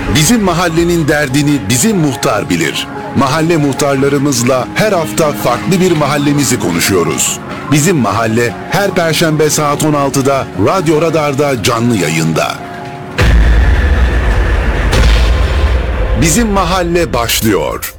Bizim mahallenin derdini bizim muhtar bilir. Mahalle muhtarlarımızla her hafta farklı bir mahallemizi konuşuyoruz. Bizim mahalle her Perşembe saat 16'da Radyo Radar'da canlı yayında. Bizim mahalle başlıyor.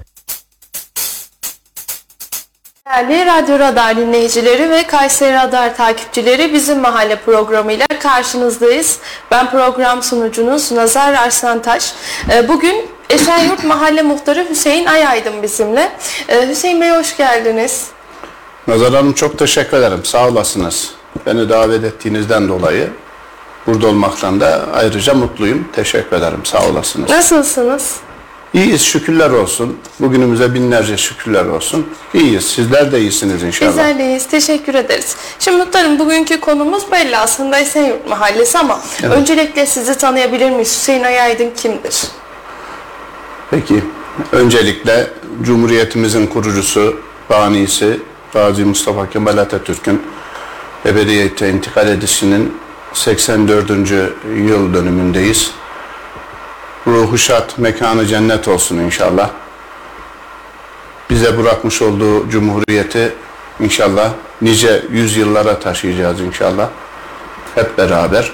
Değerli Radyo Radar dinleyicileri ve Kayseri Radar takipçileri, Bizim Mahalle programıyla karşınızdayız. Ben program sunucunuz Nazar Arslantaş. Bugün Esenyurt Mahalle Muhtarı Hüseyin Ayaydın bizimle. Hüseyin Bey, hoş geldiniz. Nazar Hanım, çok teşekkür ederim. Sağ olasınız. Beni davet ettiğinizden dolayı burada olmaktan da ayrıca mutluyum. Teşekkür ederim. Sağ olasınız. Nasılsınız? İyiyiz, şükürler olsun. Bugünümüze binlerce şükürler olsun. İyiyiz. Sizler de iyisiniz inşallah. Bizler de iyiyiz. Teşekkür ederiz. Şimdi muhtarım, bugünkü konumuz belli aslında, Esenyurt Mahallesi, ama evet, öncelikle sizi tanıyabilir miyiz? Hüseyin Ayaydın kimdir? Peki. Öncelikle Cumhuriyetimizin kurucusu, banisi Gazi Mustafa Kemal Atatürk'ün ebediyete intikal edişinin 84. yıl dönümündeyiz. Ruhu şad, mekanı cennet olsun inşallah. Bize bırakmış olduğu Cumhuriyeti inşallah nice yüzyıllara taşıyacağız inşallah. Hep beraber.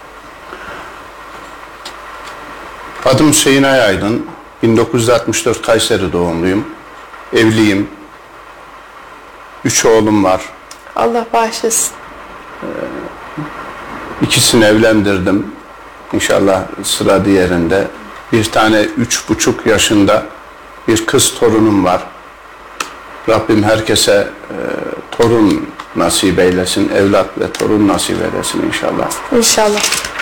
Adım Hüseyin Ayaydın. 1964 Kayseri doğumluyum. Evliyim. 3 oğlum var. Allah bağışlasın. İkisini evlendirdim. İnşallah sıra diğerinde. Bir tane 3,5 yaşında bir kız torunum var. Rabbim herkese torun nasip eylesin. Evlat ve torun nasip eylesin inşallah. İnşallah.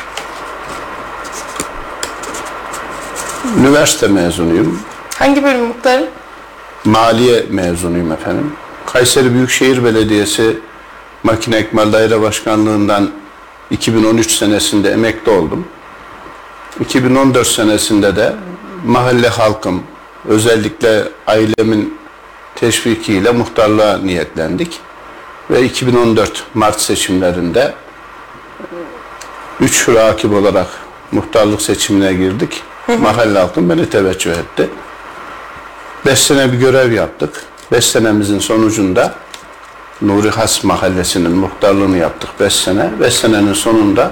Üniversite mezunuyum. Hangi bölüm muhtarım? Maliye mezunuyum efendim. Kayseri Büyükşehir Belediyesi Makine Ekmal Daire Başkanlığından 2013 senesinde emekli oldum. 2014 senesinde de mahalle halkım, özellikle ailemin teşvikiyle muhtarlığa niyetlendik. Ve 2014 Mart seçimlerinde 3 rakip olarak muhtarlık seçimine girdik. Mahalle halkım beni teveccüh etti. 5 sene bir görev yaptık. 5 senemizin sonucunda Nuri Has Mahallesi'nin muhtarlığını yaptık 5 sene. 5 senenin sonunda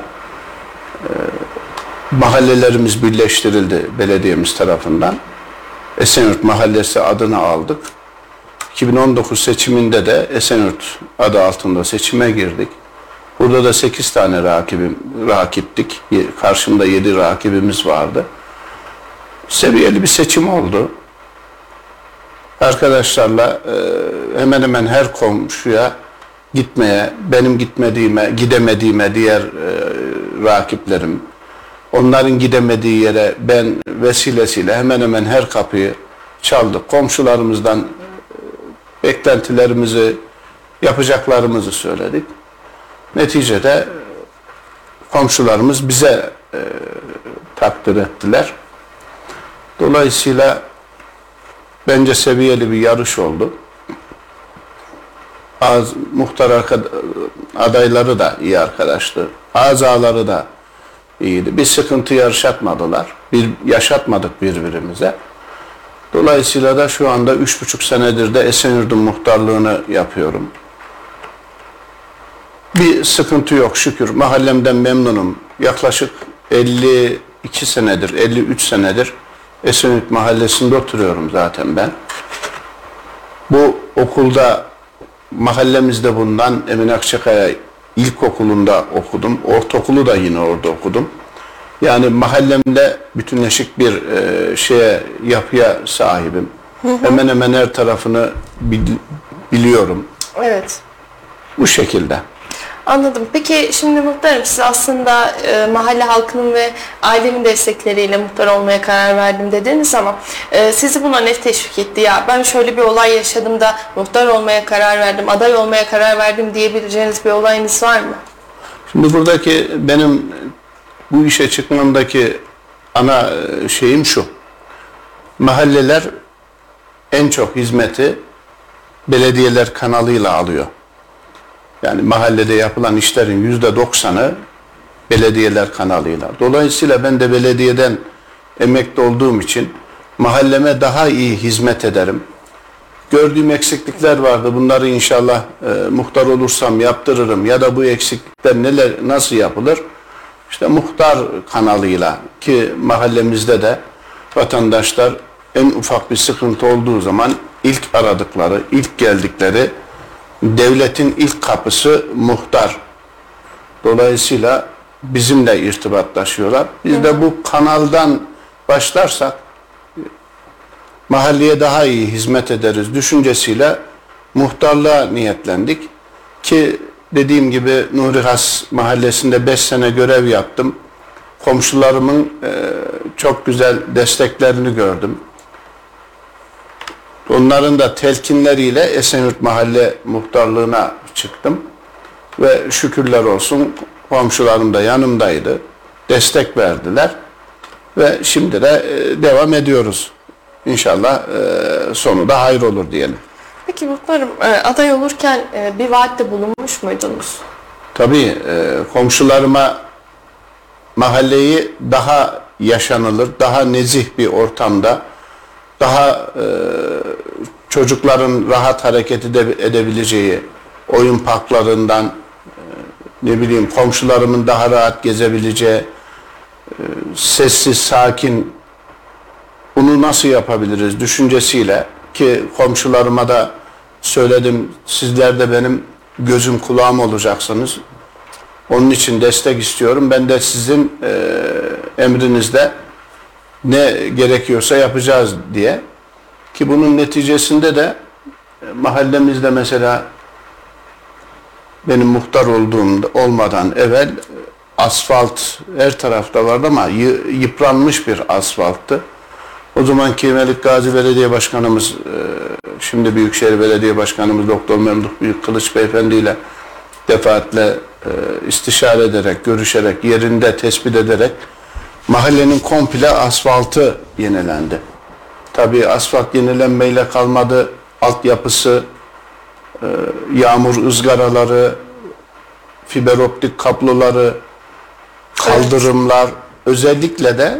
mahallelerimiz birleştirildi belediyemiz tarafından. Esenyurt Mahallesi adını aldık. 2019 seçiminde de Esenyurt adı altında seçime girdik. Burada da 8 tane rakiptik. Karşımda 7 rakibimiz vardı. Seviyeli bir seçim oldu. Arkadaşlarla hemen hemen her komşuya gitmeye, benim gidemediğime diğer rakiplerim, onların gidemediği yere ben vesilesiyle hemen hemen her kapıyı çaldık. Komşularımızdan beklentilerimizi, yapacaklarımızı söyledik. Neticede komşularımız bize takdir ettiler. Dolayısıyla bence seviyeli bir yarış oldu. Muhtar adayları da iyi arkadaştı. Azaları da iyiydi. Bir sıkıntı yaşatmadık birbirimize. Dolayısıyla da şu anda 3,5 senedir de Esenyurt'un muhtarlığını yapıyorum. Bir sıkıntı yok şükür. Mahallemden memnunum. Yaklaşık 52 senedir, 53 senedir Esenyurt Mahallesi'nde oturuyorum zaten ben. Bu okulda, mahallemizde bulunan Emin Akçakaya İlkokulu'nda okudum. Ortaokulu da yine orada okudum. Yani mahallemde bütünleşik bir yapıya sahibim. Hemen hemen her tarafını biliyorum. Evet. Bu şekilde. Anladım. Peki şimdi muhtarım, siz aslında mahalle halkının ve ailemin destekleriyle muhtar olmaya karar verdim dediniz, ama sizi buna ne teşvik etti? Ya ben şöyle bir olay yaşadım da muhtar olmaya karar verdim, aday olmaya karar verdim diyebileceğiniz bir olayınız var mı? Şimdi buradaki benim bu işe çıkmamdaki ana şeyim şu. Mahalleler en çok hizmeti belediyeler kanalıyla alıyor. Yani mahallede yapılan işlerin %90'ı belediyeler kanalıyla. Dolayısıyla ben de belediyeden emekli olduğum için mahalleme daha iyi hizmet ederim. Gördüğüm eksiklikler vardı. Bunları inşallah muhtar olursam yaptırırım ya da bu eksiklikler nasıl yapılır? İşte muhtar kanalıyla, ki mahallemizde de vatandaşlar en ufak bir sıkıntı olduğu zaman ilk aradıkları, ilk geldikleri devletin ilk kapısı muhtar. Dolayısıyla bizimle irtibatlaşıyorlar. Biz de bu kanaldan başlarsak mahalleye daha iyi hizmet ederiz düşüncesiyle muhtarlığa niyetlendik. Ki dediğim gibi Nuri Has mahallesinde 5 sene görev yaptım. Komşularımın çok güzel desteklerini gördüm. Onların da telkinleriyle Esenyurt Mahalle Muhtarlığı'na çıktım. Ve şükürler olsun komşularım da yanımdaydı. Destek verdiler. Ve şimdi de devam ediyoruz. İnşallah sonu da hayır olur diyelim. Peki muhtarım, aday olurken bir vaatte bulunmuş muydunuz? Tabii komşularıma mahalleyi daha yaşanılır, daha nezih bir ortamda, daha çocukların rahat hareket edebileceği oyun parklarından, ne bileyim komşularımın daha rahat gezebileceği, sessiz, sakin, bunu nasıl yapabiliriz düşüncesiyle, ki komşularıma da söyledim, sizler de benim gözüm kulağım olacaksınız. Onun için destek istiyorum. Ben de sizin emrinizde ne gerekiyorsa yapacağız diye. Ki bunun neticesinde de mahallemizde mesela benim muhtar olmadan evvel asfalt her tarafta vardı ama yıpranmış bir asfalttı. O zamanki Melik Gazi Belediye Başkanımız, şimdi Büyükşehir Belediye Başkanımız Doktor Memduh Büyükkılıç Beyefendi ile defaatle istişare ederek, görüşerek, yerinde tespit ederek mahallenin komple asfaltı yenilendi. Tabii asfalt yenilenmeyle kalmadı. Altyapısı, yağmur ızgaraları, fiber optik kabloları, kaldırımlar, özellikle de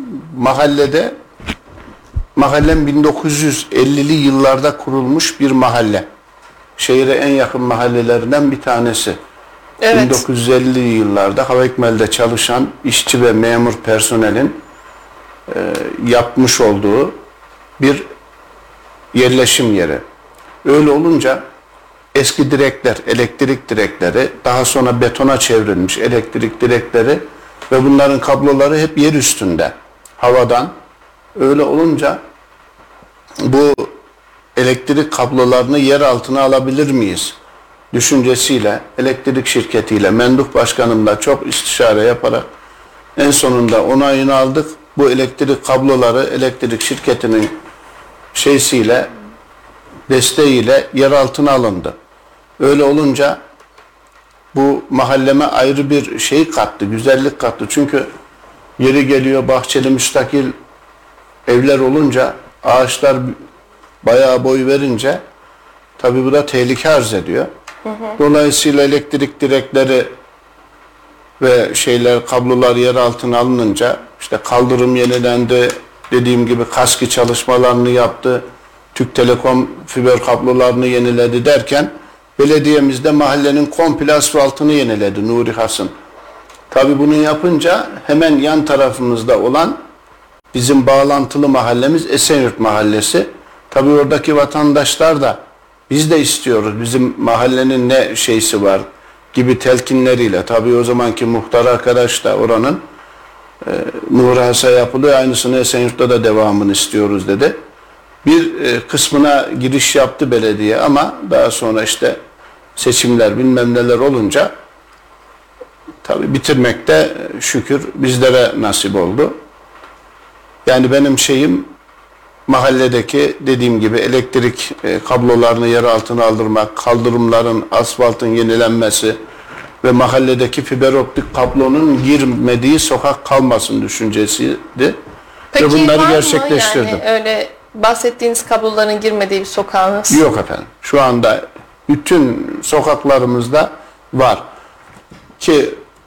mahallem 1950'li yıllarda kurulmuş bir mahalle. Şehire en yakın mahallelerinden bir tanesi. Evet. 1950'li yıllarda Hava İkmal'de çalışan işçi ve memur personelin yapmış olduğu bir yerleşim yeri. Öyle olunca eski direkler, elektrik direkleri, daha sonra betona çevrilmiş elektrik direkleri ve bunların kabloları hep yer üstünde, havadan. Öyle olunca bu elektrik kablolarını yer altına alabilir miyiz düşüncesiyle elektrik şirketiyle Memduh Başkanımla çok istişare yaparak en sonunda onayını aldık. Bu elektrik kabloları elektrik şirketinin desteğiyle yer altına alındı. Öyle olunca bu mahalleme ayrı bir şey kattı, güzellik kattı. Çünkü yeri geliyor bahçeli müstakil evler olunca, ağaçlar bayağı boy verince tabii bu da tehlike arz ediyor. Dolayısıyla elektrik direkleri ve kablolar yer altına alınınca işte kaldırım yenilendi, dediğim gibi KASKİ çalışmalarını yaptı, Türk Telekom fiber kablolarını yeniledi derken belediyemizde mahallenin komple asfaltını yeniledi Nuri Has'ın. Tabii bunu yapınca hemen yan tarafımızda olan bizim bağlantılı mahallemiz Esenyurt Mahallesi. Tabii oradaki vatandaşlar da biz de istiyoruz, bizim mahallenin ne şeysi var gibi telkinleriyle. Tabii o zamanki muhtar arkadaş da oranın Nuri Has'a yapılıyor, aynısını Esenyurt'ta da devamını istiyoruz dedi. Bir kısmına giriş yaptı belediye ama daha sonra işte seçimler bilmem neler olunca tabii bitirmekte şükür bizlere nasip oldu. Yani benim mahalledeki dediğim gibi elektrik kablolarını yer altına aldırmak, kaldırımların, asfaltın yenilenmesi ve mahalledeki fiber optik kablonun girmediği sokak kalmasın düşüncesiydi. Peki, ve bunları gerçekleştirdim. Yani öyle bahsettiğiniz kabloların girmediği bir sokağınız? Yok efendim. Şu anda bütün sokaklarımızda var. Ki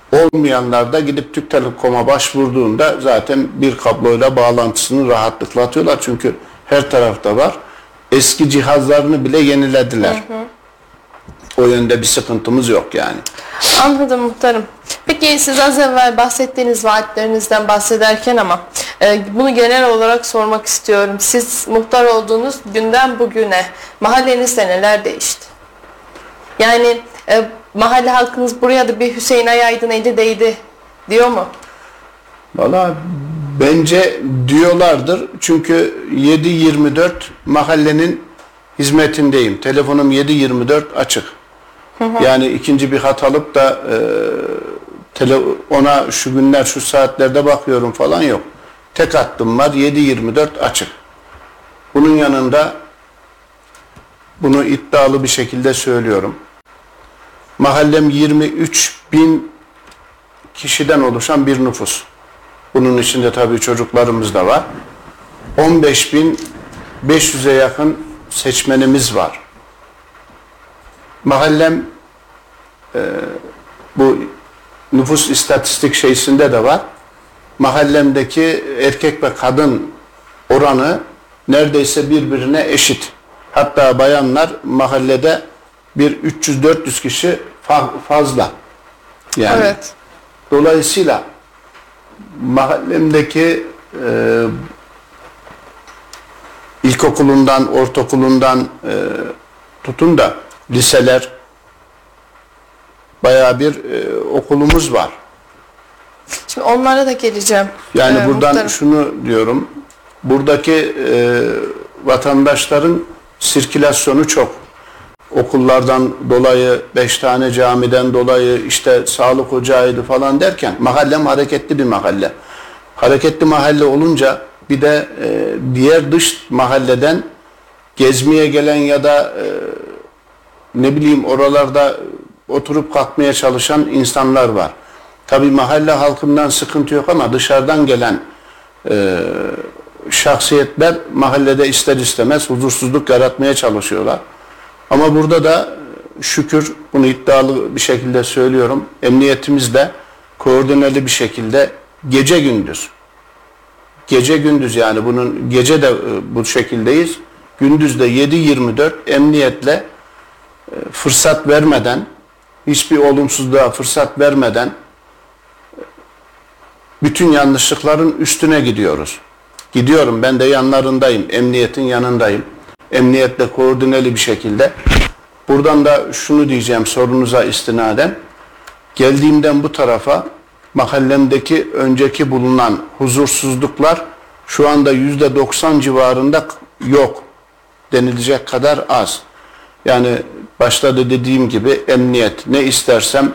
Olmayanlar da gidip Türk Telekom'a başvurduğunda zaten bir kabloyla bağlantısını rahatlıkla atıyorlar. Çünkü her tarafta var. Eski cihazlarını bile yenilediler. O yönde bir sıkıntımız yok yani. Anladım muhtarım. Peki siz az evvel bahsettiğiniz vaatlerinizden bahsederken ama bunu genel olarak sormak istiyorum. Siz muhtar olduğunuz günden bugüne mahallenizde neler değişti? Yani mahalle halkınız buraya da bir Hüseyin Ayaydın eli değdi diyor mu? Valla bence diyorlardır. Çünkü 7/24 mahallenin hizmetindeyim. Telefonum 7/24 açık. Yani ikinci bir hat alıp da ona şu günler şu saatlerde bakıyorum falan yok. Tek hattım var, 7/24 açık. Bunun yanında bunu iddialı bir şekilde söylüyorum. Mahallem 23.000 kişiden oluşan bir nüfus. Bunun içinde tabii çocuklarımız da var. 15.500'e yakın seçmenimiz var. Mahallem bu nüfus istatistik şeysinde de var. Mahallemdeki erkek ve kadın oranı neredeyse birbirine eşit. Hatta bayanlar mahallede bir 300-400 kişi fazla. Yani Evet. dolayısıyla mahallemdeki ilkokulundan, ortaokulundan tutun da liseler, bayağı bir okulumuz var. Şimdi onlara da geleceğim. Yani buradan muhtarım. şunu diyorum, buradaki vatandaşların sirkülasyonu çok. Okullardan dolayı, 5 tane camiden dolayı, işte sağlık ocağıydı falan derken mahallem hareketli bir mahalle. Hareketli mahalle olunca bir de diğer dış mahalleden gezmeye gelen ya da ne bileyim oralarda oturup kalkmaya çalışan insanlar var. Tabii mahalle halkından sıkıntı yok ama dışarıdan gelen şahsiyetler mahallede ister istemez huzursuzluk yaratmaya çalışıyorlar. Ama burada da şükür, bunu iddialı bir şekilde söylüyorum, emniyetimiz de koordineli bir şekilde gece gündüz yani bunun gece de bu şekildeyiz. Gündüz de 7/24 emniyetle fırsat vermeden, hiçbir olumsuzluğa fırsat vermeden bütün yanlışlıkların üstüne gidiyoruz. Gidiyorum, ben de yanlarındayım, emniyetin yanındayım. Emniyetle koordineli bir şekilde. Buradan da şunu diyeceğim sorunuza istinaden. Geldiğimden bu tarafa mahallemdeki önceki bulunan huzursuzluklar şu anda %90 civarında yok denilecek kadar az. Yani başta da dediğim gibi emniyet ne istersem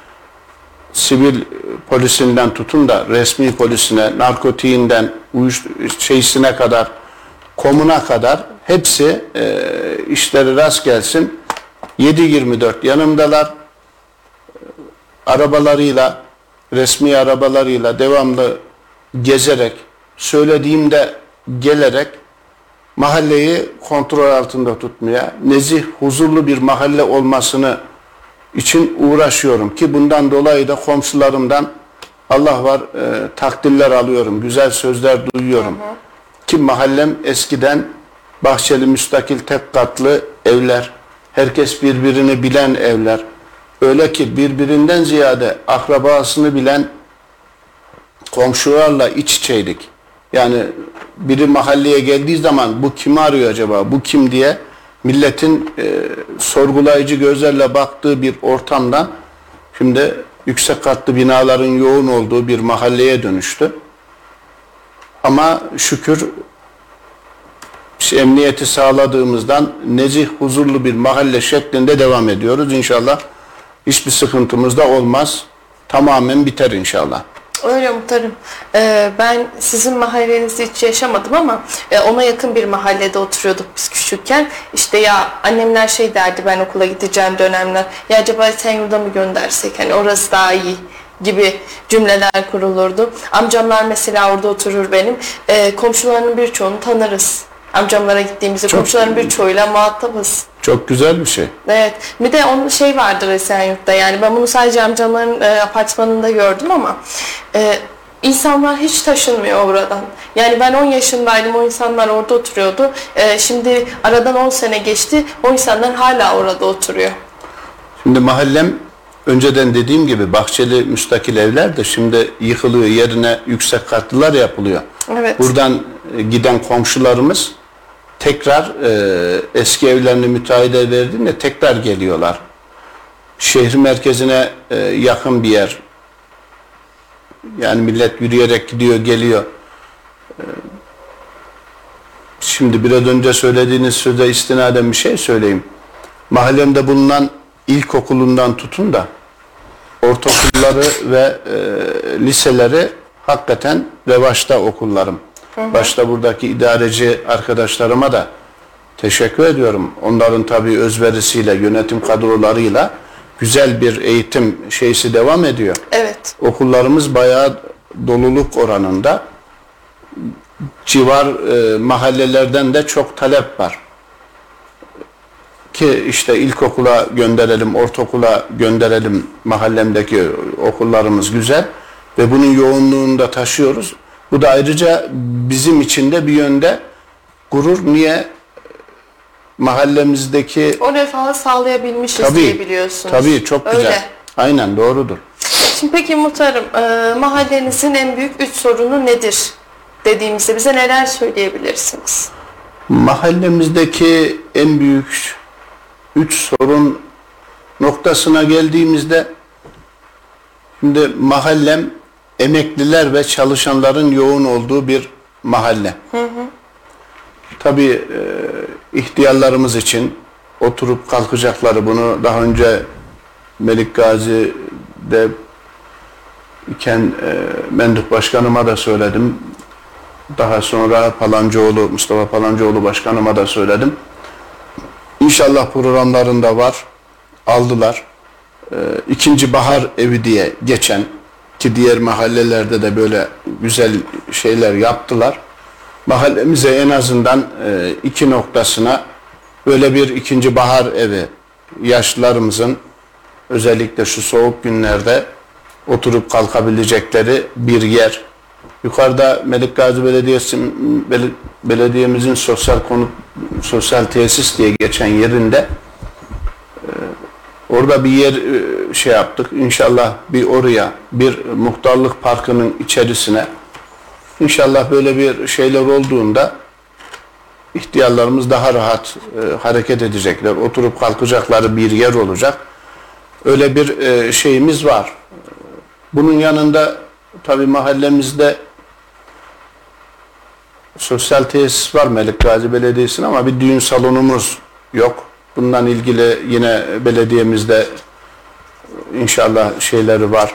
sivil polisinden tutun da resmi polisine, narkotiğinden, şeysine kadar, komuna kadar hepsi işleri rast gelsin 7/24 yanımdalar. Arabalarıyla, resmi arabalarıyla devamlı gezerek, söylediğimde gelerek mahalleyi kontrol altında tutmaya, nezih, huzurlu bir mahalle olmasını için uğraşıyorum ki bundan dolayı da komşularımdan Allah var takdirler alıyorum, güzel sözler duyuyorum. Ki mahallem eskiden bahçeli, müstakil, tek katlı evler, herkes birbirini bilen evler. Öyle ki birbirinden ziyade akrabasını bilen komşularla iç içeydik. Yani biri mahalleye geldiği zaman bu kimi arıyor acaba, bu kim diye milletin sorgulayıcı gözlerle baktığı bir ortamdan şimdi yüksek katlı binaların yoğun olduğu bir mahalleye dönüştü. Ama şükür emniyeti sağladığımızdan nezih, huzurlu bir mahalle şeklinde devam ediyoruz. İnşallah hiçbir sıkıntımız da olmaz. Tamamen biter inşallah. Öyle muhtarım. Ben sizin mahallenizde hiç yaşamadım ama ona yakın bir mahallede oturuyorduk biz küçükken. İşte ya annemler şey derdi ben okula gideceğim dönemler. Ya acaba Esenyurt'a mı göndersek? Hani orası daha iyi gibi cümleler kurulurdu. Amcamlar mesela orada oturur benim. Komşularının birçoğunu tanırız. Amcamlara gittiğimizde komşuların birçoğuyla muhatabız. Çok güzel bir şey. Evet. Bir de onun şey vardır Esenyurt'ta, yani ben bunu sadece amcamların apartmanında gördüm ama insanlar hiç taşınmıyor oradan. Yani ben 10 yaşındaydım, o insanlar orada oturuyordu. Şimdi aradan 10 sene geçti, o insanlar hala orada oturuyor. Şimdi mahallem önceden dediğim gibi bahçeli müstakil evler de şimdi yıkılıyor, yerine yüksek katlılar yapılıyor. Evet. Buradan giden komşularımız tekrar eski evlerini müteahhide verdiğinde tekrar geliyorlar. Şehir merkezine yakın bir yer. Yani millet yürüyerek gidiyor, geliyor. Şimdi biraz önce söylediğiniz söze istinaden bir şey söyleyeyim. Mahallemde bulunan ilkokulundan tutun da ortaokulları ve liseleri hakikaten revaçta okullarım. Başta buradaki idareci arkadaşlarıma da teşekkür ediyorum. Onların tabii özverisiyle, yönetim kadrolarıyla güzel bir eğitim şeysi devam ediyor. Evet. Okullarımız bayağı doluluk oranında. Civar mahallelerden de çok talep var. Ki işte ilkokula gönderelim, ortaokula gönderelim, mahallemdeki okullarımız güzel ve bunun yoğunluğunu da taşıyoruz. Bu da ayrıca bizim için de bir yönde gurur. Niye? Mahallemizdeki O refahı sağlayabilmişiz diye biliyorsunuz. Tabii, çok güzel. Öyle. Aynen, doğrudur. Şimdi peki muhtarım, mahallenizin en büyük 3 sorunu nedir dediğimizde bize neler söyleyebilirsiniz? Mahallemizdeki en büyük 3 sorun noktasına geldiğimizde, şimdi mahallem emekliler ve çalışanların yoğun olduğu bir mahalle. Tabii ihtiyarlarımız için oturup kalkacakları, bunu daha önce Melik Gazi'de iken Menduh Başkanıma da söyledim. Daha sonra Mustafa Palancıoğlu Başkanıma da söyledim. İnşallah programlarında var. Aldılar. İkinci bahar evi diye geçen, ki diğer mahallelerde de böyle güzel şeyler yaptılar. Mahallemize en azından 2 noktasına böyle bir ikinci bahar evi, yaşlılarımızın özellikle şu soğuk günlerde oturup kalkabilecekleri bir yer. Yukarıda Melik Gazi Belediye'mizin sosyal tesis diye geçen yerinde orada bir yer şey yaptık. İnşallah bir oraya, bir muhtarlık parkının içerisine, İnşallah böyle bir şeyler olduğunda ihtiyarlarımız daha rahat hareket edecekler. Oturup kalkacakları bir yer olacak. Öyle bir şeyimiz var. Bunun yanında tabii mahallemizde sosyal tesis var Melik Gazi Belediyesi'nin, ama bir düğün salonumuz yok. Bundan ilgili yine belediyemizde inşallah şeyleri var.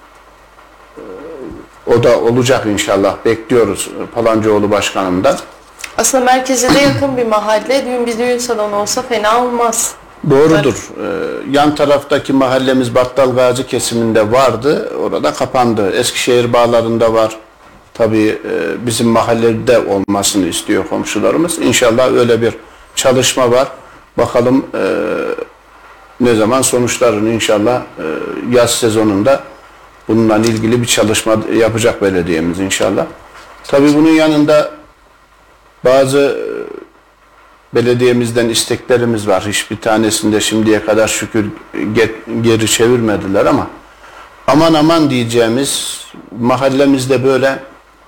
O da olacak inşallah. Bekliyoruz Palancıoğlu Başkanım'dan. Aslında merkeze de yakın bir mahalle. Bir düğün salonu olsa fena olmaz. Doğrudur. Yan taraftaki mahallemiz Battalgazi kesiminde vardı. Orada kapandı. Eskişehir bağlarında var. Tabii bizim mahallede olmasını istiyor komşularımız. İnşallah öyle bir çalışma var. Bakalım ne zaman sonuçlarını inşallah yaz sezonunda bununla ilgili bir çalışma yapacak belediyemiz inşallah. Tabii bunun yanında bazı belediyemizden isteklerimiz var. Hiçbir tanesinde şimdiye kadar şükür geri çevirmediler, ama aman aman diyeceğimiz mahallemizde böyle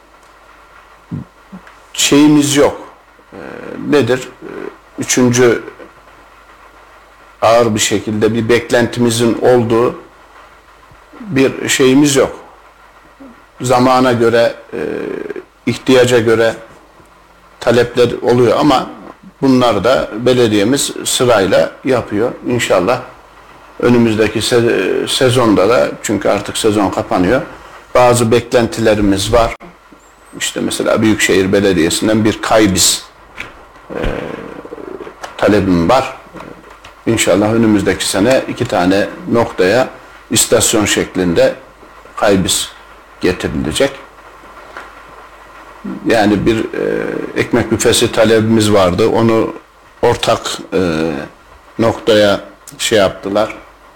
şeyimiz yok. Nedir? Üçüncü ağır bir şekilde bir beklentimizin olduğu bir şeyimiz yok. Zamana göre, ihtiyaca göre talepler oluyor, ama bunları da belediyemiz sırayla yapıyor. İnşallah önümüzdeki sezonda da, çünkü artık sezon kapanıyor, bazı beklentilerimiz var. İşte mesela Büyükşehir Belediyesi'nden bir kaybis talebim var. İnşallah önümüzdeki sene 2 tane noktaya istasyon şeklinde kaybis getirilecek. Yani bir ekmek büfesi talebimiz vardı. Onu ortak noktaya şey yaptılar.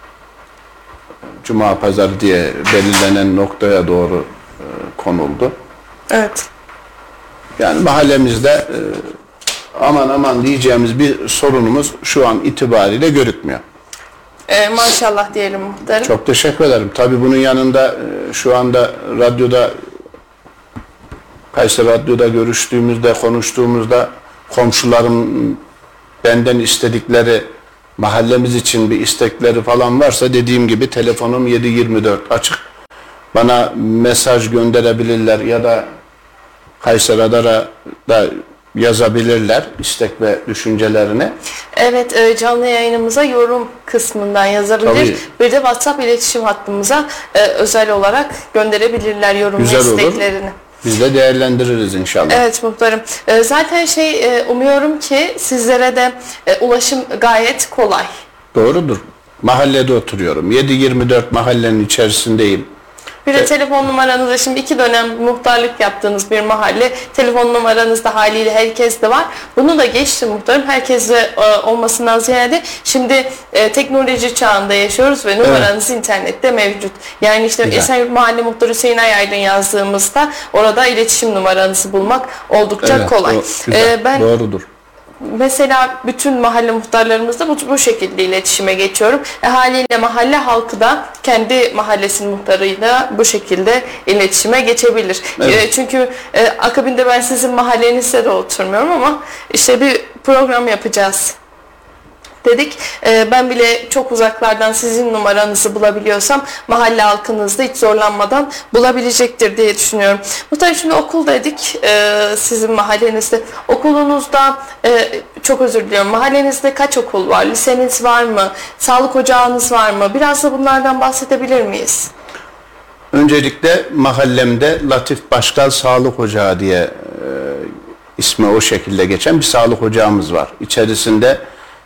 Cuma pazarı diye belirlenen noktaya doğru konuldu. Evet. Yani mahallemizde aman aman diyeceğimiz bir sorunumuz şu an itibariyle görükmüyor. Maşallah diyelim muhtarım. Çok teşekkür ederim. Tabii bunun yanında şu anda radyoda, Kayseri Radyo'da görüştüğümüzde, konuştuğumuzda komşularım benden istedikleri, mahallemiz için bir istekleri falan varsa dediğim gibi telefonum 7/24 açık. Bana mesaj gönderebilirler ya da Kayseri Radar'a da yazabilirler istek ve düşüncelerini. Evet, canlı yayınımıza yorum kısmından yazabilir. Tabii. Bir de WhatsApp iletişim hattımıza özel olarak gönderebilirler yorum ve Güzel olur. isteklerini. Biz de değerlendiririz inşallah. Evet muhtarım. Zaten umuyorum ki sizlere de ulaşım gayet kolay. Doğrudur. Mahallede oturuyorum. 7/24 mahallenin içerisindeyim. Bir de telefon numaranızda şimdi 2 dönem muhtarlık yaptığınız bir mahalle. Telefon numaranızda haliyle herkeste var. Bunu da geçtim muhtarım. Herkeste olmasından ziyade şimdi teknoloji çağında yaşıyoruz ve numaranız internette mevcut. Yani işte Güzel. Esenyurt Mahalle Muhtarı Hüseyin Ayaydın yazdığımızda orada iletişim numaranızı bulmak oldukça Evet, kolay. güzel. Doğrudur. Mesela bütün mahalle muhtarlarımızla bu şekilde iletişime geçiyorum. Haliyle mahalle halkı da kendi mahallesinin muhtarıyla bu şekilde iletişime geçebilir. Evet. Çünkü akabinde ben sizin mahallenizde de oturmuyorum ama işte bir program yapacağız dedik. Ben bile çok uzaklardan sizin numaranızı bulabiliyorsam mahalle halkınız da hiç zorlanmadan bulabilecektir diye düşünüyorum. Muhtemelen şimdi okul dedik sizin mahallenizde. Okulunuzda çok özür diliyorum. Mahallenizde kaç okul var? Liseniz var mı? Sağlık ocağınız var mı? Biraz da bunlardan bahsedebilir miyiz? Öncelikle mahallemde Latif Başkal Sağlık Ocağı diye ismi o şekilde geçen bir sağlık ocağımız var. İçerisinde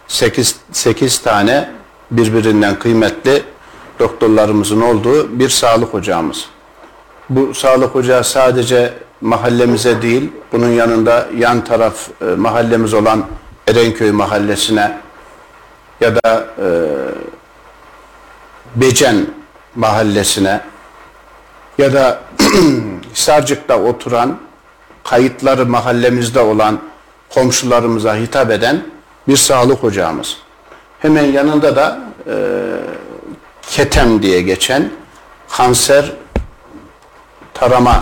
8 tane birbirinden kıymetli doktorlarımızın olduğu bir sağlık ocağımız. Bu sağlık ocağı sadece mahallemize değil, bunun yanında yan taraf mahallemiz olan Erenköy mahallesine ya da Becen mahallesine ya da Hisarcık'ta oturan, kayıtları mahallemizde olan komşularımıza hitap eden bir sağlık ocağımız. Hemen yanında da KETEM diye geçen kanser tarama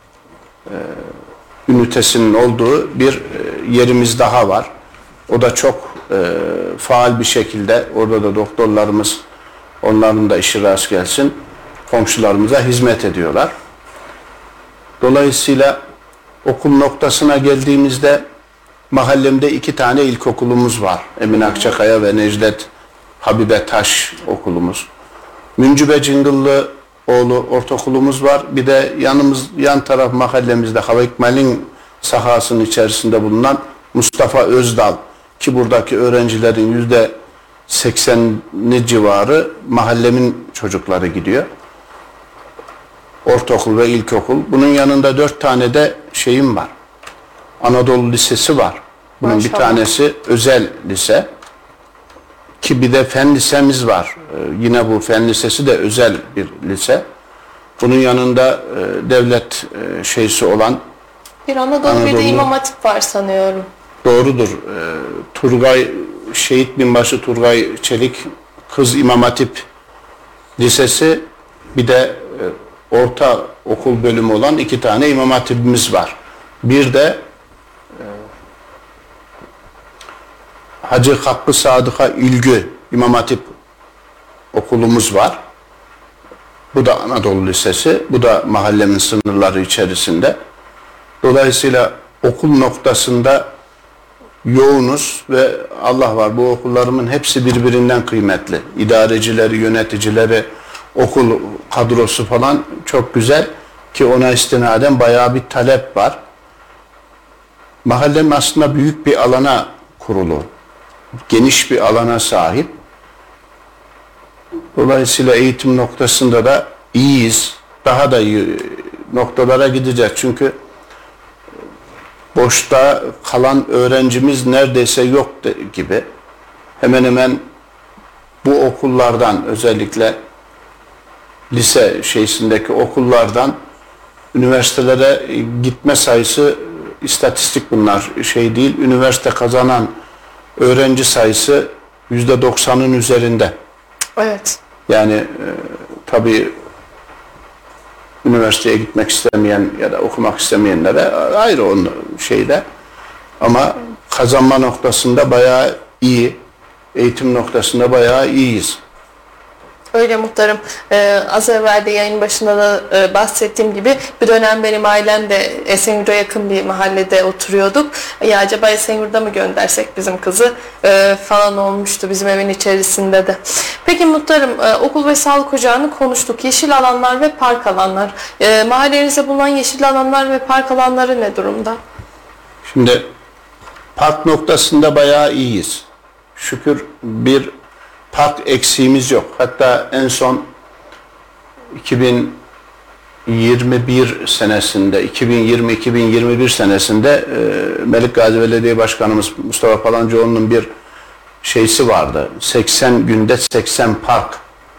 ünitesinin olduğu bir yerimiz daha var. O da çok faal bir şekilde, orada da doktorlarımız, onların da işi rast gelsin, komşularımıza hizmet ediyorlar. Dolayısıyla okul noktasına geldiğimizde mahallemde 2 tane ilkokulumuz var. Emin Akçakaya ve Necdet Habibe Taş okulumuz. Müncübe Cıngıllıoğlu ortaokulumuz var. Bir de yan taraf mahallemizde Hava İkmal'in sahasının içerisinde bulunan Mustafa Özdal, ki buradaki öğrencilerin %80'ni civarı mahallemin çocukları gidiyor. Ortaokul ve ilkokul. Bunun yanında 4 tane de şeyim var. Anadolu Lisesi var. Bunun Maşallah. bir tanesi özel lise. Ki bir de fen lisemiz var. Yine bu fen lisesi de özel bir lise. Bunun yanında devlet şeysi olan Bir Anadolu bir de İmam Hatip var sanıyorum. doğrudur. Turgay Şehit Binbaşı Turgay Çelik Kız İmam Hatip Lisesi, bir de orta okul bölümü olan 2 tane İmam Hatip'imiz var. Bir de Hacı Hakkı Sadık'a İlgü İmam Hatip okulumuz var. Bu da Anadolu Lisesi. Bu da mahallemin sınırları içerisinde. Dolayısıyla okul noktasında yoğunuz ve Allah var, bu okullarımın hepsi birbirinden kıymetli. İdarecileri, yöneticileri, okul kadrosu falan çok güzel ki ona istinaden bayağı bir talep var. Mahallem aslında büyük bir alana kurulu. Geniş bir alana sahip. Dolayısıyla eğitim noktasında da iyiyiz. Daha da iyi noktalara gideceğiz. Çünkü boşta kalan öğrencimiz neredeyse yok gibi. Hemen hemen bu okullardan, özellikle lise şeysindeki okullardan üniversitelere gitme sayısı, istatistik bunlar şey değil, üniversite kazanan öğrenci sayısı %90'ın üzerinde. Evet. Yani tabii üniversiteye gitmek istemeyen ya da okumak istemeyenlere ayrı onun şeyde, ama kazanma noktasında bayağı iyi, eğitim noktasında bayağı iyiyiz. Öyle muhtarım. Az evvel de yayın başında da bahsettiğim gibi bir dönem benim ailem de Esenyurt'a yakın bir mahallede oturuyorduk. Ya acaba Esenyurt'a mı göndersek bizim kızı falan olmuştu bizim evin içerisinde de. Peki muhtarım, okul ve sağlık ocağını konuştuk. Yeşil alanlar ve park alanlar. Mahallenizde bulunan yeşil alanlar ve park alanları ne durumda? Şimdi park noktasında bayağı iyiyiz. Şükür bir park eksiğimiz yok. Hatta en son 2021 senesinde, 2020-2021 senesinde Melikgazi Belediye Başkanımız Mustafa Palancıoğlu'nun bir şeysi vardı. 80 günde 80 park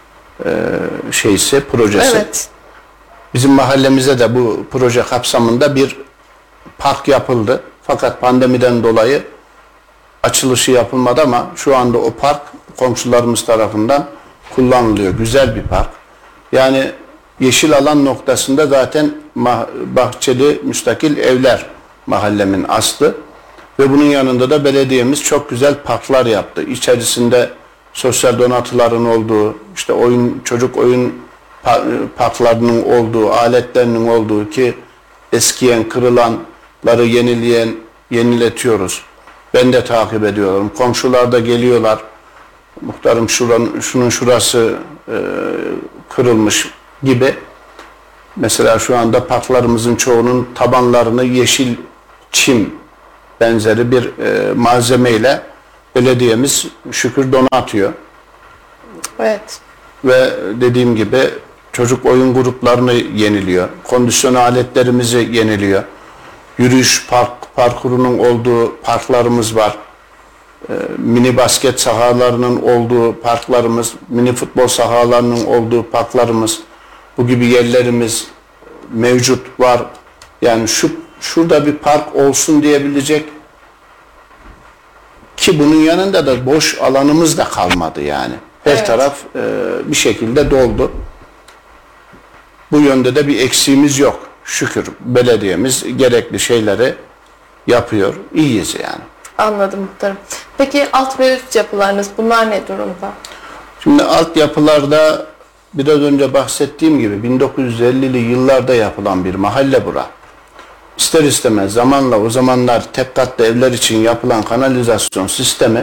projesi. Evet. Bizim mahallemize de bu proje kapsamında bir park yapıldı. Fakat pandemiden dolayı açılışı yapılmadı, ama şu anda o park komşularımız tarafından kullanılıyor. Güzel bir park. Yani yeşil alan noktasında zaten bahçeli müstakil evler mahallemin aslı. Ve bunun yanında da belediyemiz çok güzel parklar yaptı. İçerisinde sosyal donatıların olduğu, işte çocuk oyun parklarının olduğu, aletlerinin olduğu, ki eskiyen, kırılanları yeniletiyoruz. Ben de takip ediyorum. Komşular da geliyorlar. Muhtarım şunun şurası kırılmış gibi. Mesela şu anda parklarımızın çoğunun tabanlarını yeşil çim benzeri bir malzemeyle belediyemiz şükür donatıyor. Evet. Ve dediğim gibi çocuk oyun gruplarını yeniliyor. Kondisyon aletlerimizi yeniliyor. Yürüyüş parkurunun olduğu parklarımız var. Mini basket sahalarının olduğu parklarımız, mini futbol sahalarının olduğu parklarımız, bu gibi yerlerimiz mevcut var. Yani şurada bir park olsun diyebilecek, ki bunun yanında da boş alanımız da kalmadı yani. Her taraf bir şekilde doldu. Bu yönde de bir eksiğimiz yok. Şükür belediyemiz gerekli şeyleri yapıyor. İyiyiz yani. Anladım muhtarım. Peki alt ve üst yapılarınız, bunlar ne durumda? Şimdi altyapılarda biraz önce bahsettiğim gibi 1950'li yıllarda yapılan bir mahalle bura. İster istemez zamanla, o zamanlar tek katlı evler için yapılan kanalizasyon sistemi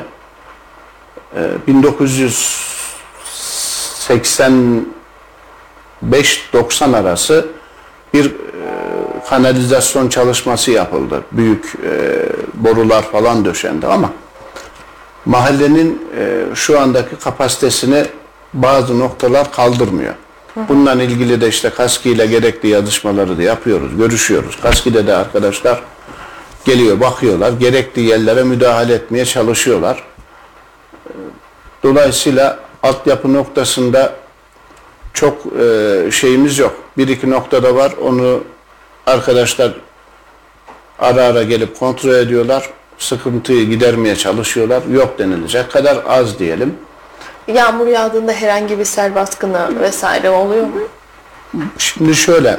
1985-90 arası bir kanalizasyon çalışması yapıldı. Büyük borular falan döşendi, ama mahallenin şu andaki kapasitesini bazı noktalar kaldırmıyor. Bununla ilgili de işte KASKİ ile gerekli yazışmaları da yapıyoruz, görüşüyoruz. KASKİ'de de arkadaşlar geliyor, bakıyorlar, gerekli yerlere müdahale etmeye çalışıyorlar. Dolayısıyla altyapı noktasında çok şeyimiz yok. Bir iki noktada var, onu arkadaşlar ara ara gelip kontrol ediyorlar. Sıkıntıyı gidermeye çalışıyorlar. Yok denilecek kadar az diyelim. Yağmur yağdığında herhangi bir sel baskını vesaire oluyor mu? Şimdi şöyle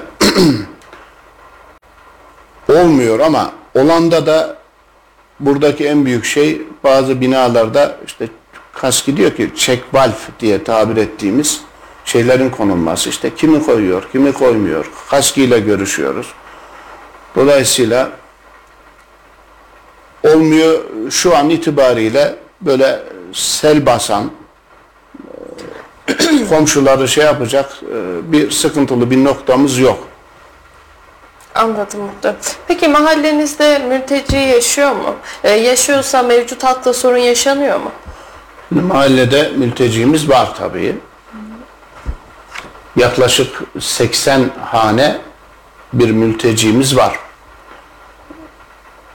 olmuyor, ama olanda da buradaki en büyük şey, bazı binalarda işte KASKİ diyor ki check valve diye tabir ettiğimiz şeylerin konulması. İşte kimi koyuyor, kimi koymuyor. KASKİ ile görüşüyoruz. Dolayısıyla olmuyor. Şu an itibariyle böyle sel basan, komşuları şey yapacak bir sıkıntılı bir noktamız yok. Anladım muhtarım. Peki mahallenizde mülteci yaşıyor mu? Yaşıyorsa mevcut halkla sorun yaşanıyor mu? Mahallede mültecimiz var tabii. Yaklaşık 80 hane bir mültecimiz var.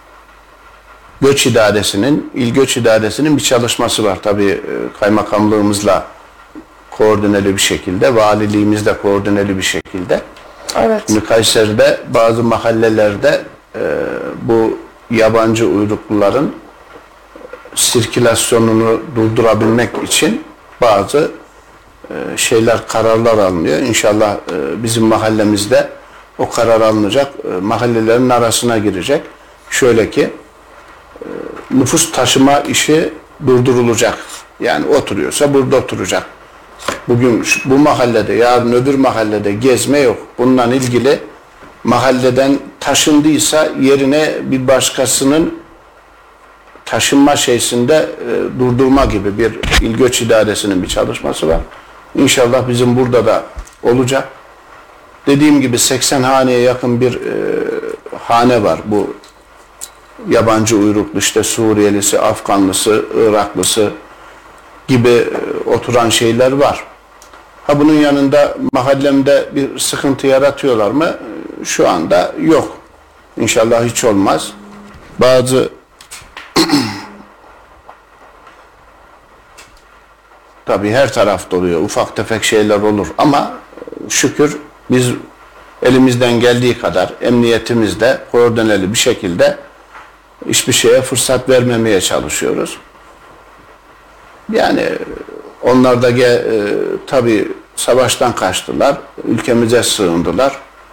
Göç İdaresi'nin, İl Göç İdaresi'nin bir çalışması var. Tabii kaymakamlığımızla koordineli bir şekilde, valiliğimizle koordineli bir şekilde. Evet. Şimdi Kayseri'de bazı mahallelerde bu yabancı uyrukluların sirkülasyonunu durdurabilmek için bazı kararlar alınıyor. İnşallah bizim mahallemizde o karar alınacak, mahallelerin arasına girecek. Şöyle ki nüfus taşıma işi durdurulacak. Yani oturuyorsa burada oturacak. Bugün bu mahallede, yarın öbür mahallede gezme yok. Bununla ilgili mahalleden taşındıysa yerine bir başkasının taşınma durdurma gibi bir İl Göç İdaresi'nin bir çalışması var. İnşallah bizim burada da olacak. Dediğim gibi 80 haneye yakın bir hane var. Bu yabancı uyruklu, işte Suriyelisi, Afganlısı, Iraklısı gibi oturan şeyler var. Bunun yanında mahallemde bir sıkıntı yaratıyorlar mı? Şu anda yok. İnşallah hiç olmaz. Bazı tabii her tarafta oluyor. Ufak tefek şeyler olur ama şükür biz elimizden geldiği kadar emniyetimizde koordineli bir şekilde hiçbir şeye fırsat vermemeye çalışıyoruz. Yani onlar da tabii savaştan kaçtılar, ülkemize sığındılar.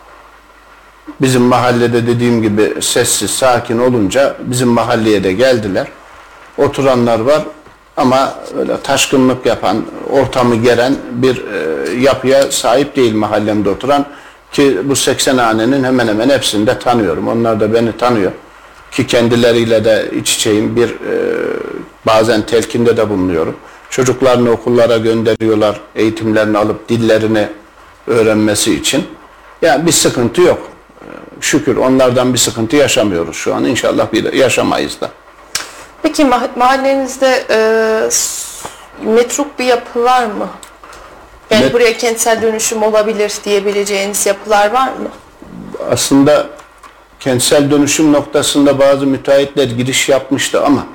Bizim mahallede dediğim gibi sessiz, sakin olunca bizim mahalleye de geldiler. Oturanlar var ama öyle taşkınlık yapan, ortamı geren bir yapıya sahip değil mahallemde oturan, ki bu 80 hanenin hemen hemen hepsini de tanıyorum. Onlar da beni tanıyor. Ki kendileriyle de iç içeyim, bazen telkinde de bulunuyorum. Çocuklarını okullara gönderiyorlar, eğitimlerini alıp dillerini öğrenmesi için. Yani bir sıkıntı yok. Şükür onlardan bir sıkıntı yaşamıyoruz şu an. İnşallah bir yaşamayız da. Peki mahallenizde metruk bir yapı var mı? Yani buraya kentsel dönüşüm olabilir diyebileceğiniz yapılar var mı? Aslında kentsel dönüşüm noktasında bazı müteahhitler giriş yapmıştı ama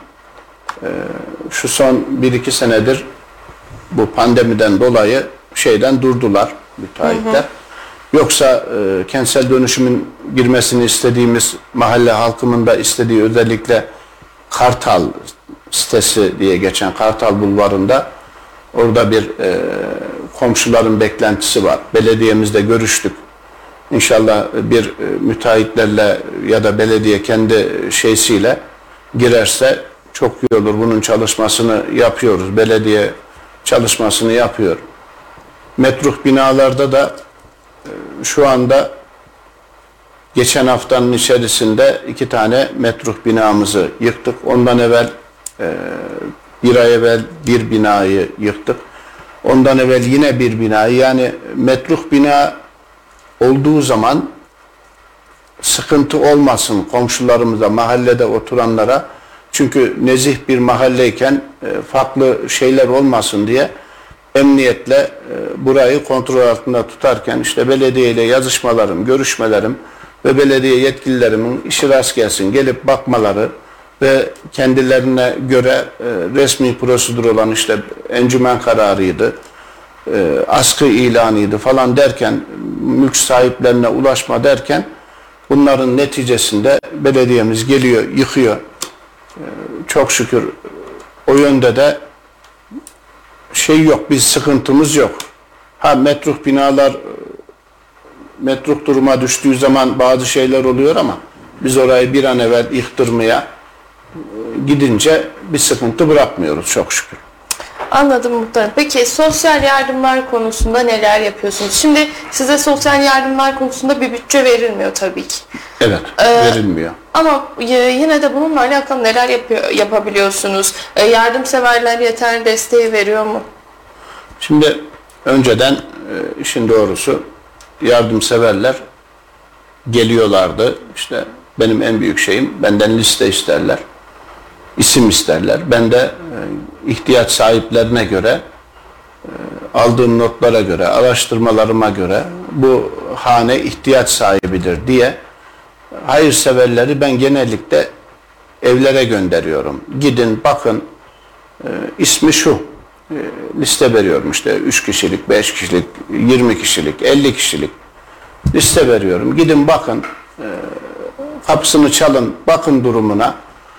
şu son 1-2 senedir bu pandemiden dolayı durdular müteahhitler. Yoksa kentsel dönüşümün girmesini istediğimiz, mahalle halkının da istediği, özellikle Kartal sitesi diye geçen Kartal Bulvarı'nda orada bir komşuların beklentisi var. Belediyemizde görüştük. İnşallah bir müteahhitlerle ya da belediye kendi şeysiyle girerse çok iyi olur. Bunun çalışmasını yapıyoruz. Belediye çalışmasını yapıyor. Metruh binalarda da şu anda geçen haftanın içerisinde 2 tane metruh binamızı yıktık. Ondan evvel bir ay evvel bir binayı yıktık. Ondan evvel yine bir binayı, yani metruh bina olduğu zaman sıkıntı olmasın komşularımıza, mahallede oturanlara. Çünkü nezih bir mahalleyken farklı şeyler olmasın diye emniyetle burayı kontrol altında tutarken işte belediye ile yazışmalarım, görüşmelerim ve belediye yetkililerimin işi rast gelsin gelip bakmaları ve kendilerine göre resmi prosedür olan işte encümen kararıydı, askı ilanıydı falan derken, mülk sahiplerine ulaşma derken bunların neticesinde belediyemiz geliyor, yıkıyor. Çok şükür o yönde de yok, bir sıkıntımız yok. Metruh binalar metruh duruma düştüğü zaman bazı şeyler oluyor ama biz orayı bir an evvel yıktırmaya gidince bir sıkıntı bırakmıyoruz çok şükür. Anladım muhtarım. Peki sosyal yardımlar konusunda neler yapıyorsunuz? Şimdi size sosyal yardımlar konusunda bir bütçe verilmiyor tabii ki. Evet, verilmiyor. Ama yine de bununla alakalı neler yapabiliyorsunuz? Yardımseverler yeterli desteği veriyor mu? Şimdi önceden işin doğrusu yardımseverler geliyorlardı. İşte benim en büyük şeyim, benden liste isterler, isim isterler. Ben de ihtiyaç sahiplerine göre, aldığım notlara göre, araştırmalarıma göre bu hane ihtiyaç sahibidir diye hayırseverleri ben genellikle evlere gönderiyorum. Gidin bakın, ismi şu. Liste veriyorum işte 3 kişilik, 5 kişilik, 20 kişilik, 50 kişilik liste veriyorum. Gidin bakın, kapısını çalın, bakın durumuna.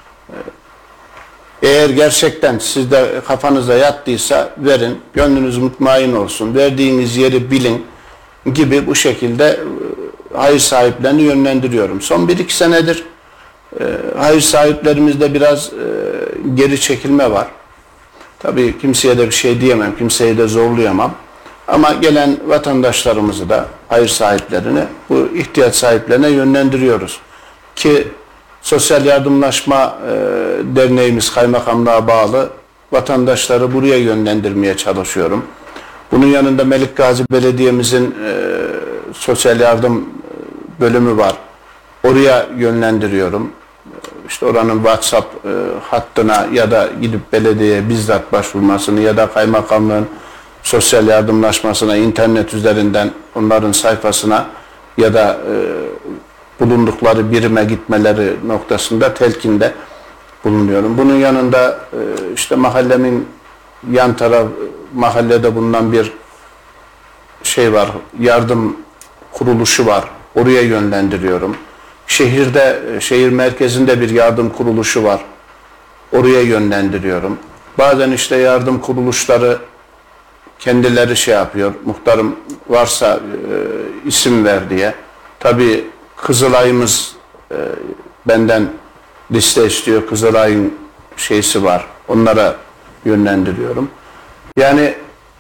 Eğer gerçekten sizde kafanıza yattıysa verin, gönlünüz mutmain olsun, verdiğiniz yeri bilin gibi bu şekilde hayır sahiplerini yönlendiriyorum. Son 1-2 senedir hayır sahiplerimizde biraz geri çekilme var. Tabii kimseye de bir şey diyemem, kimseyi de zorlayamam. Ama gelen vatandaşlarımızı da, hayır sahiplerini, bu ihtiyaç sahiplerine yönlendiriyoruz. Ki Sosyal Yardımlaşma Derneğimiz kaymakamlığa bağlı, vatandaşları buraya yönlendirmeye çalışıyorum. Bunun yanında Melikgazi Belediye'mizin sosyal yardım bölümü var. Oraya yönlendiriyorum. İşte oranın WhatsApp hattına ya da gidip belediyeye bizzat başvurmasını ya da kaymakamlığın sosyal yardımlaşmasına internet üzerinden onların sayfasına ya da bulundukları birime gitmeleri noktasında telkinde bulunuyorum. Bunun yanında işte mahallemin yan taraf mahallede bulunan bir şey var, yardım kuruluşu var. Oraya yönlendiriyorum. Şehirde, şehir merkezinde bir yardım kuruluşu var. Oraya yönlendiriyorum. Bazen işte yardım kuruluşları kendileri şey yapıyor. Muhtarım varsa isim ver diye. Tabii Kızılay'ımız benden liste istiyor. Kızılay'ın şeysi var. Onlara yönlendiriyorum. Yani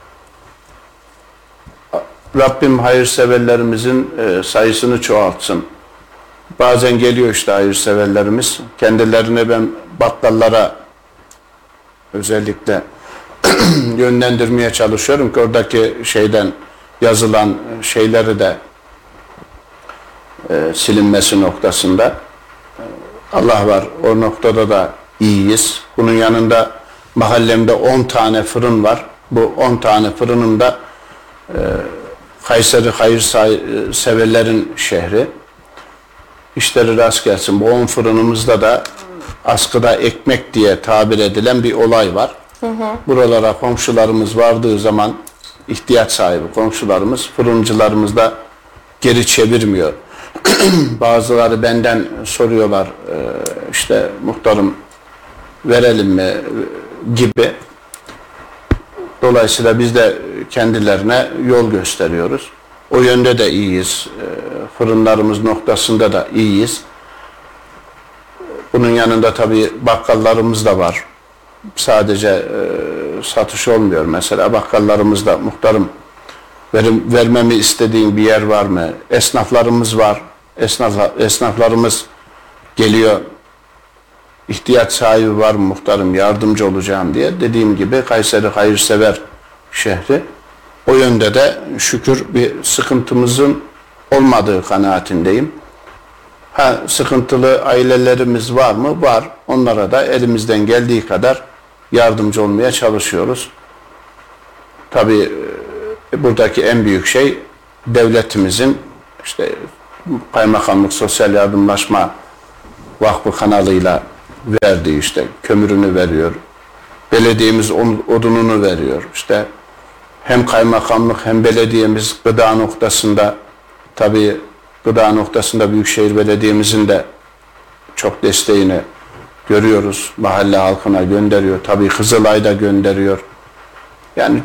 Rabbim hayırseverlerimizin sayısını çoğaltsın. Bazen geliyor işte hayırseverlerimiz. Kendilerine ben bakkallara özellikle yönlendirmeye çalışıyorum ki oradaki şeyden yazılan şeyleri de silinmesi noktasında. Allah var, o noktada da iyiyiz. Bunun yanında mahallemde 10 tane fırın var. Bu 10 tane fırının da Kayseri hayırseverlerin şehri. İşleri rast gelsin. Bu 10 fırınımızda da askıda ekmek diye tabir edilen bir olay var. Buralara komşularımız vardığı zaman ihtiyaç sahibi komşularımız, fırıncılarımız da geri çevirmiyor. Bazıları benden soruyorlar işte muhtarım verelim mi gibi. Dolayısıyla biz de kendilerine yol gösteriyoruz. O yönde de iyiyiz. Fırınlarımız noktasında da iyiyiz. Bunun yanında tabii bakkallarımız da var. Sadece satış olmuyor. Mesela bakkallarımızda muhtarım vermemi istediğin bir yer var mı? Esnaflarımız var. Esnaflarımız geliyor. İhtiyaç sahibi var mı muhtarım? Yardımcı olacağım diye. Dediğim gibi Kayseri hayırsever şehri. O yönde de şükür bir sıkıntımızın olmadığı kanaatindeyim. Sıkıntılı ailelerimiz var mı? Var. Onlara da elimizden geldiği kadar yardımcı olmaya çalışıyoruz. Tabii buradaki en büyük şey devletimizin işte Kaymakamlık Sosyal Yardımlaşma Vakfı kanalıyla verdiği işte kömürünü veriyor. Belediyemiz odununu veriyor. İşte hem kaymakamlık hem belediyemiz gıda noktasında tabii gıda noktasında Büyükşehir Belediye'mizin de çok desteğini görüyoruz. Mahalle halkına gönderiyor. Tabii Kızılay da gönderiyor. Yani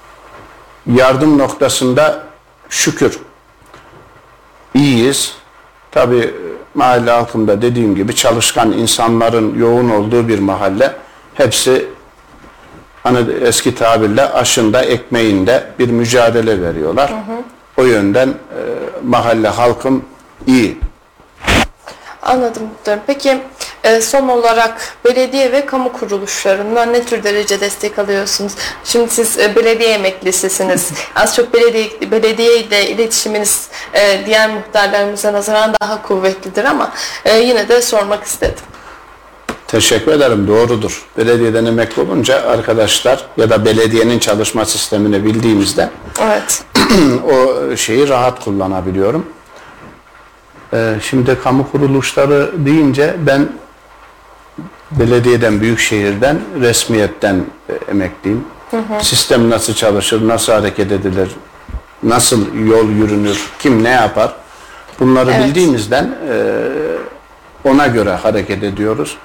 yardım noktasında şükür iyiyiz. Tabii mahalle halkında dediğim gibi çalışkan insanların yoğun olduğu bir mahalle. Hepsi hani eski tabirle aşında ekmeğinde bir mücadele veriyorlar. O yönden mahalle halkım iyi. Anladım muhtarım. Peki son olarak belediye ve kamu kuruluşlarından ne tür derece destek alıyorsunuz? Şimdi siz belediye emeklisisiniz. Az çok belediye ile iletişiminiz diğer muhtarlarımıza nazaran daha kuvvetlidir ama yine de sormak istedim. Teşekkür ederim. Doğrudur. Belediyeden emekli olunca arkadaşlar ya da belediyenin çalışma sistemini bildiğimizde evet. o şeyi rahat kullanabiliyorum. Şimdi kamu kuruluşları deyince ben belediyeden, büyükşehirden, resmiyetten emekliyim. Sistem nasıl çalışır, nasıl hareket edilir, nasıl yol yürünür, kim ne yapar, bunları bildiğimizden ona göre hareket ediyoruz.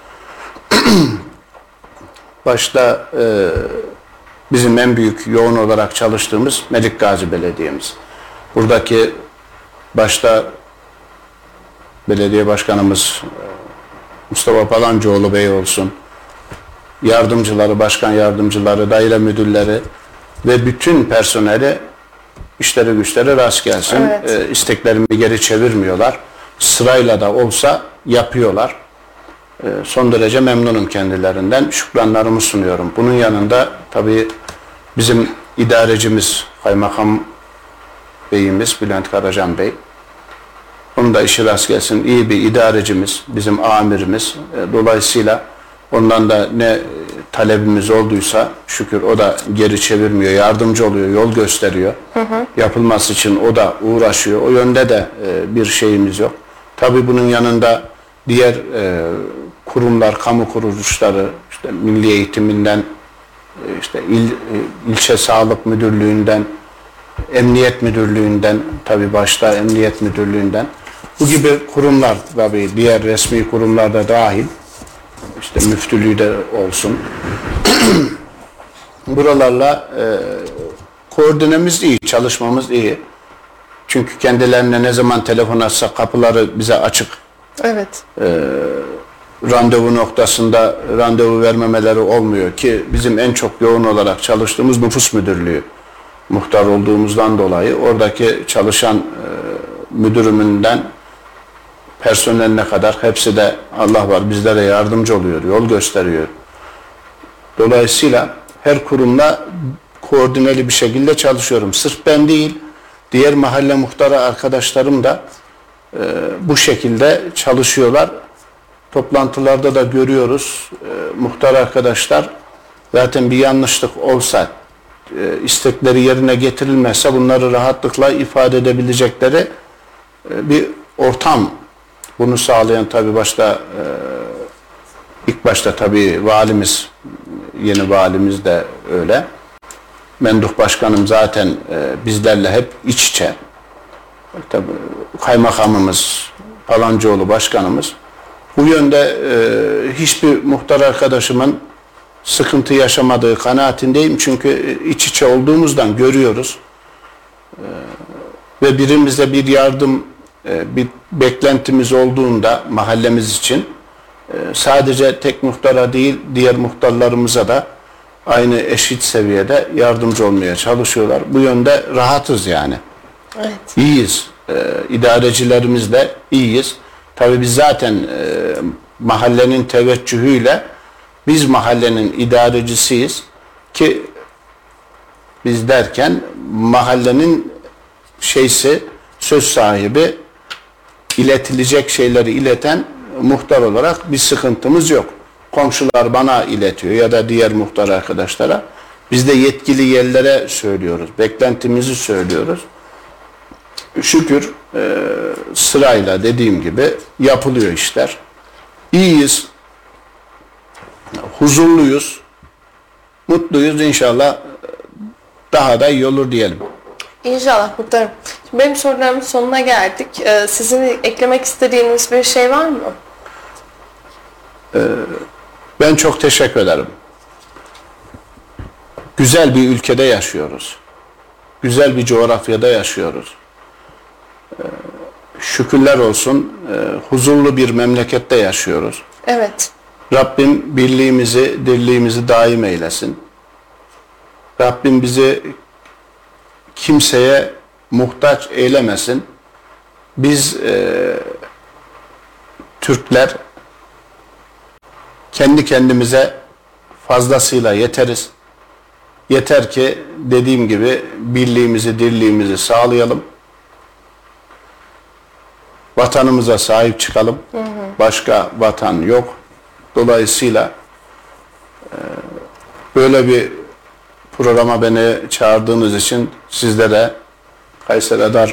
Başta bizim en büyük yoğun olarak çalıştığımız Melikgazi Belediye'miz. Buradaki başta belediye başkanımız Mustafa Palancıoğlu Bey olsun, yardımcıları, başkan yardımcıları, daire müdürleri ve bütün personeli işleri güçleri rast gelsin. İsteklerimi geri çevirmiyorlar. Sırayla da olsa yapıyorlar. Son derece memnunum kendilerinden. Şükranlarımı sunuyorum. Bunun yanında tabii bizim idarecimiz, Kaymakam Beyimiz Bülent Karacan Bey. Onun da işi rast gelsin. İyi bir idarecimiz, bizim amirimiz. Dolayısıyla ondan da ne talebimiz olduysa şükür o da geri çevirmiyor, yardımcı oluyor, yol gösteriyor. Yapılması için o da uğraşıyor. O yönde de bir şeyimiz yok. Tabii bunun yanında diğer kurumlar, kamu kuruluşları, işte Milli Eğitiminden, işte ilçe Sağlık Müdürlüğü'nden, Emniyet Müdürlüğü'nden, tabii başta Emniyet Müdürlüğü'nden, bu gibi kurumlar, tabii diğer resmi kurumlar da dahil, işte müftülüğü de olsun. Buralarla koordinemiz iyi, çalışmamız iyi. Çünkü kendilerine ne zaman telefon açsak kapıları bize açık. Evet. Randevu noktasında randevu vermemeleri olmuyor ki bizim en çok yoğun olarak çalıştığımız nüfus müdürlüğü. Muhtar olduğumuzdan dolayı oradaki çalışan müdürümünden personeline kadar hepsi de Allah var bizlere yardımcı oluyor, yol gösteriyor. Dolayısıyla her kurumla koordineli bir şekilde çalışıyorum. Sırf ben değil, diğer mahalle muhtarı arkadaşlarım da bu şekilde çalışıyorlar. Toplantılarda da görüyoruz. Muhtar arkadaşlar zaten bir yanlışlık olsa, istekleri yerine getirilmezse bunları rahatlıkla ifade edebilecekleri bir ortam. Bunu sağlayan tabii ilk başta tabii valimiz, yeni valimiz de öyle. Menduh Başkanım zaten bizlerle hep iç içe. Tabii kaymakamımız, Palancıoğlu Başkanımız. Bu yönde hiçbir muhtar arkadaşımın sıkıntı yaşamadığı kanaatindeyim. Çünkü iç içe olduğumuzdan görüyoruz. Ve birimizde bir yardım, bir beklentimiz olduğunda mahallemiz için sadece tek muhtara değil, diğer muhtarlarımıza da aynı eşit seviyede yardımcı olmaya çalışıyorlar. Bu yönde rahatız yani. Evet. İyiyiz. İdarecilerimizle iyiyiz. Tabii biz zaten mahallenin teveccühüyle biz mahallenin idarecisiyiz ki biz derken mahallenin söz sahibi, iletilecek şeyleri ileten muhtar olarak bir sıkıntımız yok. Komşular bana iletiyor ya da diğer muhtar arkadaşlara. Biz de yetkili yerlere söylüyoruz. Beklentimizi söylüyoruz. Şükür sırayla dediğim gibi yapılıyor işler. İyiyiz. Huzurluyuz. Mutluyuz. İnşallah daha da iyi olur diyelim. İnşallah muhtarım. Şimdi benim sorularımın sonuna geldik. Sizin eklemek istediğiniz bir şey var mı? Ben çok teşekkür ederim. Güzel bir ülkede yaşıyoruz. Güzel bir coğrafyada yaşıyoruz. Şükürler olsun huzurlu bir memlekette yaşıyoruz. Evet. Rabbim birliğimizi, dirliğimizi daim eylesin. Rabbim bizi kimseye muhtaç eylemesin. Biz Türkler kendi kendimize fazlasıyla yeteriz. Yeter ki dediğim gibi birliğimizi, dirliğimizi sağlayalım. Vatanımıza sahip çıkalım. Başka vatan yok. Dolayısıyla böyle bir programa beni çağırdığınız için sizlere, Kayseri Radar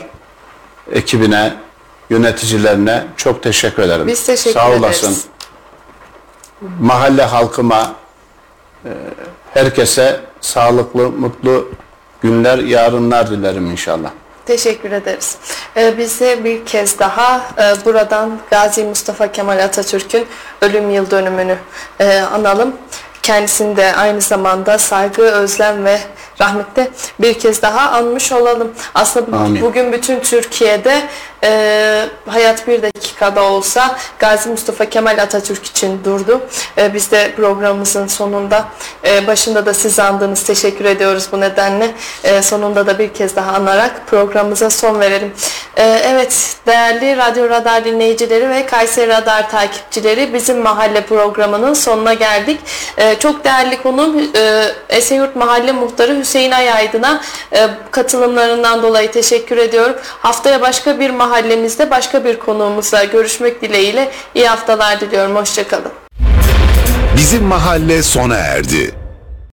ekibine, yöneticilerine çok teşekkür ederim. Biz teşekkür Sağ ederiz. olasın. mahalle halkıma, herkese sağlıklı, mutlu günler, yarınlar dilerim inşallah. Teşekkür ederiz. Biz de bir kez daha buradan Gazi Mustafa Kemal Atatürk'ün ölüm yıl dönümünü analım. Kendisini de aynı zamanda saygı, özlem ve rahmetle bir kez daha anmış olalım. Aslında Amin. bugün bütün Türkiye'de hayat bir dakikada olsa Gazi Mustafa Kemal Atatürk için durdu. Biz de programımızın sonunda, başında da siz andınız, teşekkür ediyoruz bu nedenle. Sonunda da bir kez daha anarak programımıza son verelim. Evet, değerli Radyo Radar dinleyicileri ve Kayseri Radar takipçileri, bizim mahalle programının sonuna geldik. Çok değerli konuğum Esenyurt Mahalle Muhtarı Hüseyin Ayaydın'a katılımlarından dolayı teşekkür ediyorum. Haftaya başka bir mahallemizde başka bir konuğumuzla görüşmek dileğiyle iyi haftalar diliyorum. Hoşça kalın. Bizim mahalle sona erdi.